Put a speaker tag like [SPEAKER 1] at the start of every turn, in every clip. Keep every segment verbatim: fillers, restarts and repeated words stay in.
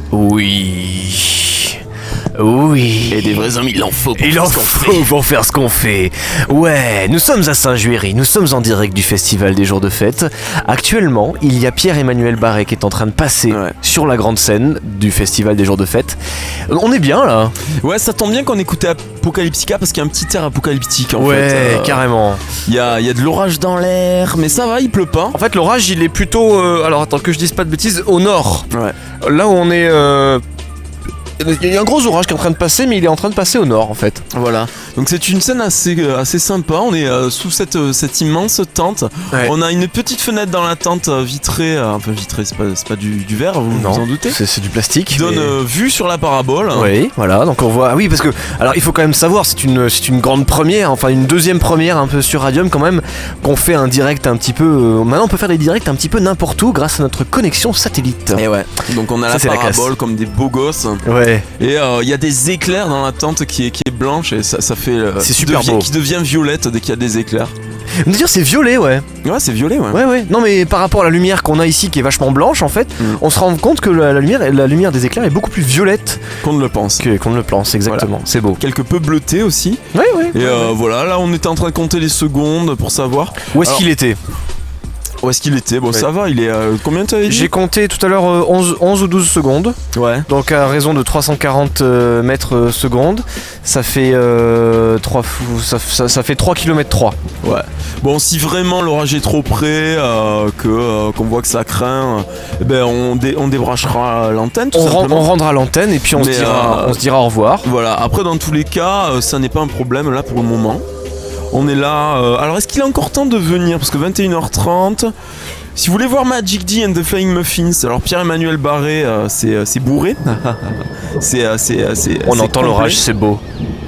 [SPEAKER 1] Oui. Oui.
[SPEAKER 2] Et des vrais hommes, il en faut pour
[SPEAKER 1] Il
[SPEAKER 2] faire
[SPEAKER 1] en
[SPEAKER 2] ce qu'on
[SPEAKER 1] faut
[SPEAKER 2] fait.
[SPEAKER 1] pour faire ce qu'on fait. Ouais, nous sommes à Saint-Juéry, nous sommes en direct du Festival des Jours de Fête. Actuellement, il y a Pierre-Emmanuel Barré qui est en train de passer
[SPEAKER 2] Ouais.
[SPEAKER 1] sur la grande scène du Festival des Jours de Fête. On est bien là.
[SPEAKER 2] Ouais, ça tombe bien qu'on écoutait Apocalyptica parce qu'il y a un petit air apocalyptique en
[SPEAKER 1] ouais,
[SPEAKER 2] fait. Euh,
[SPEAKER 1] carrément.
[SPEAKER 2] Il y a, il y a de l'orage dans l'air, mais ça va, il pleut pas.
[SPEAKER 1] En fait, l'orage, il est plutôt... euh, alors, attends, que je dise pas de bêtises, au nord.
[SPEAKER 2] Ouais.
[SPEAKER 1] Là où on est... euh, Il y a un gros orage qui est en train de passer, mais il est en train de passer au nord en fait.
[SPEAKER 2] Voilà, donc c'est une scène assez, euh, assez sympa, on est euh, sous cette, euh, cette immense tente,
[SPEAKER 1] Ouais.
[SPEAKER 2] on a une petite fenêtre dans la tente euh, vitrée, euh, enfin vitrée, c'est pas, c'est pas du, du verre, vous
[SPEAKER 1] Non,
[SPEAKER 2] vous en doutez,
[SPEAKER 1] c'est, c'est du plastique.
[SPEAKER 2] qui donne
[SPEAKER 1] mais-
[SPEAKER 2] euh, vue sur la parabole.
[SPEAKER 1] Oui, voilà, donc on voit. Oui, parce que. Alors il faut quand même savoir, c'est une, c'est une grande première, enfin une deuxième première un peu sur Radium quand même, qu'on fait un direct un petit peu. euh, Maintenant on peut faire des directs un petit peu n'importe où grâce à notre connexion satellite.
[SPEAKER 2] Et ouais, donc on a
[SPEAKER 1] Ça,
[SPEAKER 2] la
[SPEAKER 1] c'est la classe.
[SPEAKER 2] parabole comme des beaux gosses.
[SPEAKER 1] Ouais.
[SPEAKER 2] Et euh, il y a des éclairs dans la tente qui est, qui est blanche et ça, ça fait. euh,
[SPEAKER 1] C'est
[SPEAKER 2] qui
[SPEAKER 1] super
[SPEAKER 2] devient-
[SPEAKER 1] beau.
[SPEAKER 2] Qui devient violette dès qu'il y a des éclairs.
[SPEAKER 1] D'ailleurs c'est violet, ouais.
[SPEAKER 2] Ouais, c'est violet, ouais.
[SPEAKER 1] Ouais, ouais. Non, mais par rapport à la lumière qu'on a ici qui est vachement blanche en fait,
[SPEAKER 2] Mm.
[SPEAKER 1] on se rend compte que la, la lumière, la lumière des éclairs est beaucoup plus violette
[SPEAKER 2] Qu'on ne le pense.
[SPEAKER 1] que, qu'on ne le pense, exactement. C'est beau.
[SPEAKER 2] Quelque peu bleuté aussi.
[SPEAKER 1] Ouais, ouais.
[SPEAKER 2] Et euh, voilà, là on était en train de compter les secondes pour savoir
[SPEAKER 1] Où est-ce
[SPEAKER 2] Alors,
[SPEAKER 1] qu'il était?
[SPEAKER 2] où est-ce qu'il était. Bon,
[SPEAKER 1] Ouais.
[SPEAKER 2] ça va, il est. Euh, combien t'avais dit
[SPEAKER 1] J'ai compté tout à l'heure euh, onze, onze ou douze secondes.
[SPEAKER 2] Ouais.
[SPEAKER 1] Donc à raison de trois cent quarante euh, mètres euh, secondes, ça fait euh, trois, fou- ça, ça- ça fait trois kilomètres trois.
[SPEAKER 2] Ouais. Bon, si vraiment l'orage est trop près, euh, que euh, qu'on voit que ça craint, eh ben on, dé- on débranchera l'antenne tout
[SPEAKER 1] On, rend-
[SPEAKER 2] simplement.
[SPEAKER 1] on rendra l'antenne et puis on, se
[SPEAKER 2] Mais,
[SPEAKER 1] dira,
[SPEAKER 2] euh,
[SPEAKER 1] on se dira au revoir.
[SPEAKER 2] Voilà. Après, dans tous les cas, euh, ça n'est pas un problème là pour le moment. On est là. euh, Alors, est-ce qu'il est encore temps de venir? Parce que vingt et une heures trente. Si vous voulez voir Magic D and the Flying Muffins, alors Pierre-Emmanuel Barré, euh, c'est, euh, c'est bourré. c'est, euh, c'est, euh, c'est,
[SPEAKER 1] On
[SPEAKER 2] c'est
[SPEAKER 1] entend
[SPEAKER 2] complet.
[SPEAKER 1] l'orage, c'est beau.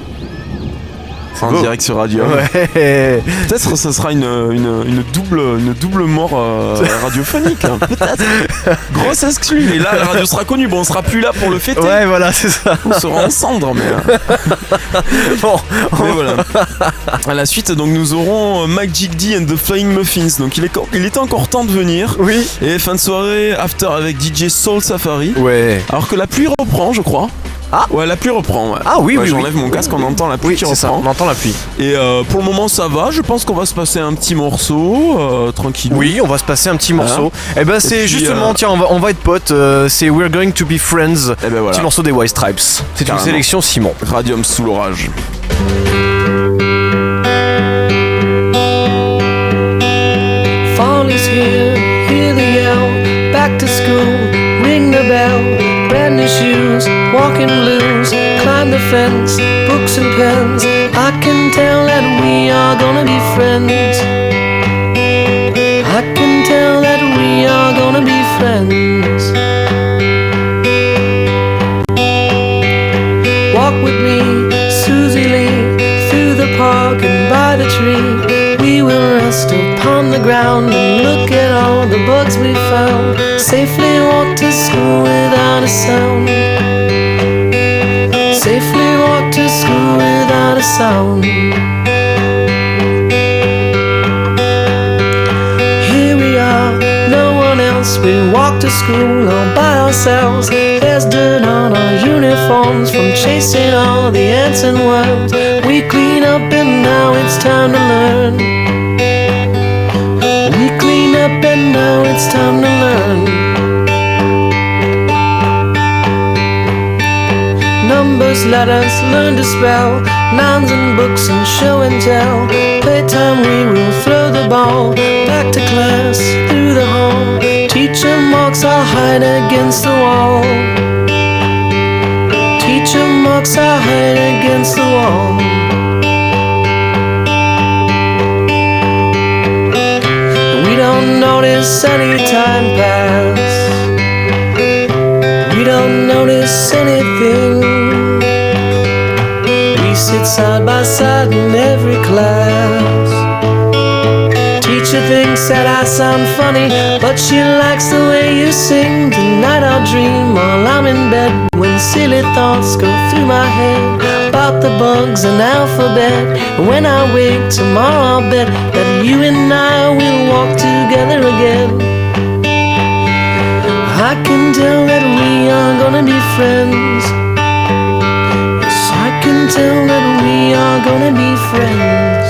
[SPEAKER 2] En
[SPEAKER 1] beau.
[SPEAKER 2] direct sur Radio.
[SPEAKER 1] Ouais.
[SPEAKER 2] Peut-être ça sera une, une, une double, une double mort euh, radiophonique. hein. Peut-être. Grosse exclue. Et là, la radio sera connue. Bon, on sera plus là pour le fêter.
[SPEAKER 1] Ouais, voilà, c'est ça.
[SPEAKER 2] On sera en cendres, mais, euh,
[SPEAKER 1] Bon,
[SPEAKER 2] mais voilà. À la suite, donc nous aurons euh, Magic D and the Flying Muffins. Donc il est, co- il est encore temps de venir.
[SPEAKER 1] oui.
[SPEAKER 2] Et fin de soirée, after avec D J Soul Safari.
[SPEAKER 1] Ouais.
[SPEAKER 2] Alors que la pluie reprend, je crois.
[SPEAKER 1] Ah.
[SPEAKER 2] Ouais, la pluie reprend. Ouais.
[SPEAKER 1] Ah oui,
[SPEAKER 2] Ouais,
[SPEAKER 1] oui,
[SPEAKER 2] J'enlève
[SPEAKER 1] oui.
[SPEAKER 2] mon casque, on entend la pluie
[SPEAKER 1] Oui,
[SPEAKER 2] qui
[SPEAKER 1] c'est ça,
[SPEAKER 2] reprend.
[SPEAKER 1] on entend la pluie.
[SPEAKER 2] Et euh, pour le moment, ça va. Je pense qu'on va se passer un petit morceau, euh, tranquille.
[SPEAKER 1] Oui, on va se passer un petit morceau. Et ben c'est
[SPEAKER 2] puis,
[SPEAKER 1] justement,
[SPEAKER 2] euh,
[SPEAKER 1] tiens, on va, on va être potes. euh, c'est We're Going to Be Friends.
[SPEAKER 2] Et ben voilà.
[SPEAKER 1] Petit morceau des White Stripes. C'est
[SPEAKER 2] Carrément.
[SPEAKER 1] une sélection Simon.
[SPEAKER 2] Radium sous l'orage.
[SPEAKER 3] Fall is here, hear the yell. Back to school, ring the bell. Brand new shoes, walking blues. Climb the fence, books and pens. I can tell that we are gonna be friends. I can tell that we are gonna be friends. Walk with me, Susie Lee, through the park and by the tree. We will rest upon the ground and look at all the bugs we found. Safely walk to school without a sound. Safely walk to school without a sound. Here we are, no one else. We walk to school all by ourselves. There's dirt on our uniforms from chasing all the ants and worms. We clean up and now it's time to learn. We clean up and now it's time to learn. Numbers, letters, learn to spell. Nouns and books and show and tell. Playtime we will throw the ball. Back to class, through the hall. Teacher marks our hide against the wall. Teacher marks our hide against the wall. We don't notice any time pass. We don't notice anything. We sit side by side in every class. Teacher thinks that I sound funny, but she likes the way you sing. Tonight I'll dream while I'm in bed, when silly thoughts go through my head about the bugs and alphabet. And when I wake tomorrow, I'll bet that you and I will walk together again. I can tell that we are going gonna be friends. Yes, I can tell that we are gonna be friends.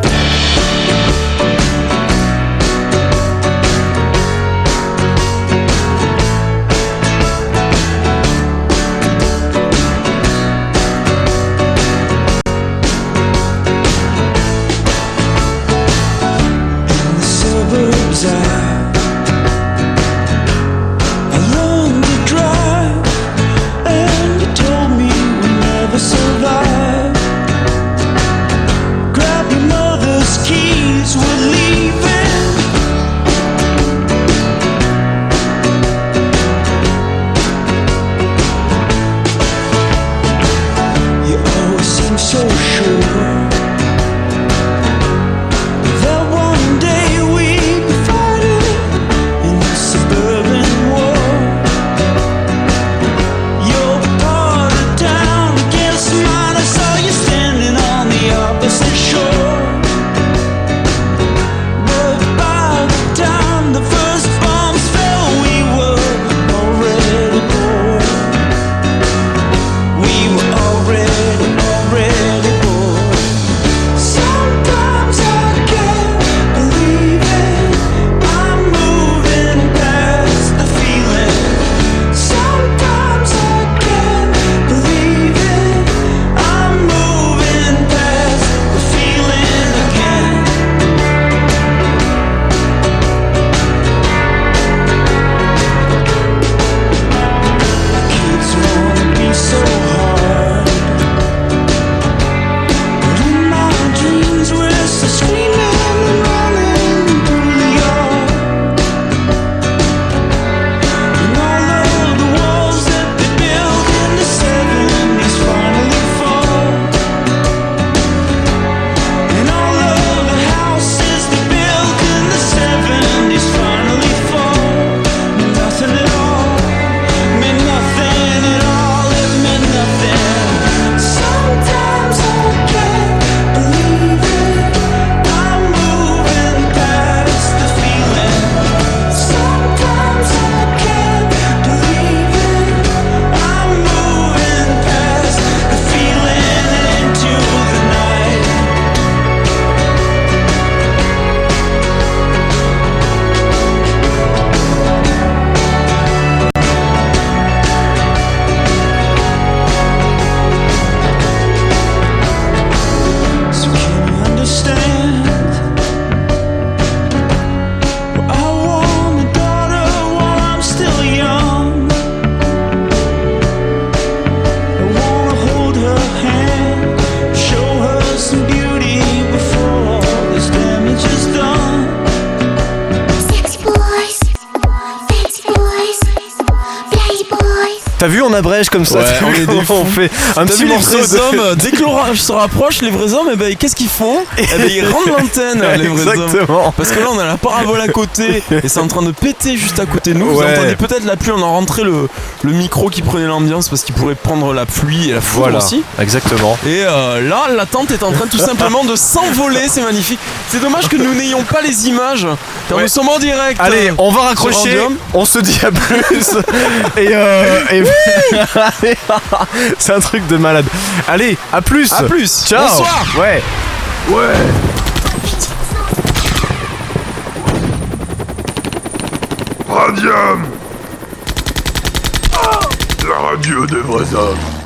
[SPEAKER 1] T'as vu, on abrège comme ça.
[SPEAKER 2] Ouais, on est des fous.
[SPEAKER 1] On fait un
[SPEAKER 2] T'as
[SPEAKER 1] petit
[SPEAKER 2] vu les
[SPEAKER 1] morceau
[SPEAKER 2] vrais
[SPEAKER 1] de...
[SPEAKER 2] hommes, dès que l'orage se rapproche, les vrais hommes, eh ben, qu'est-ce qu'ils font? Eh ben, ils rendent l'antenne, les vrais
[SPEAKER 1] Exactement.
[SPEAKER 2] hommes. Parce que là, on a la parabole à côté et c'est en train de péter juste à côté de nous. Vous
[SPEAKER 1] Ouais.
[SPEAKER 2] entendez peut-être la pluie, on a rentré le, le micro qui prenait l'ambiance parce qu'il pourrait prendre la pluie et la foudre
[SPEAKER 1] Voilà,
[SPEAKER 2] aussi.
[SPEAKER 1] exactement.
[SPEAKER 2] Et euh, là, la tente est en train tout simplement de s'envoler, c'est magnifique. C'est dommage que nous n'ayons pas les images, car
[SPEAKER 1] Ouais.
[SPEAKER 2] nous sommes en direct.
[SPEAKER 1] Allez,
[SPEAKER 2] euh,
[SPEAKER 1] on va
[SPEAKER 2] sur
[SPEAKER 1] raccrocher,
[SPEAKER 2] Radium.
[SPEAKER 1] on se dit à plus. Et euh... et... C'est un truc de malade. Allez, à plus.
[SPEAKER 2] À plus.
[SPEAKER 1] Ciao.
[SPEAKER 2] Bonsoir.
[SPEAKER 1] Ouais.
[SPEAKER 2] Ouais.
[SPEAKER 4] Radium. La radio des vrais hommes.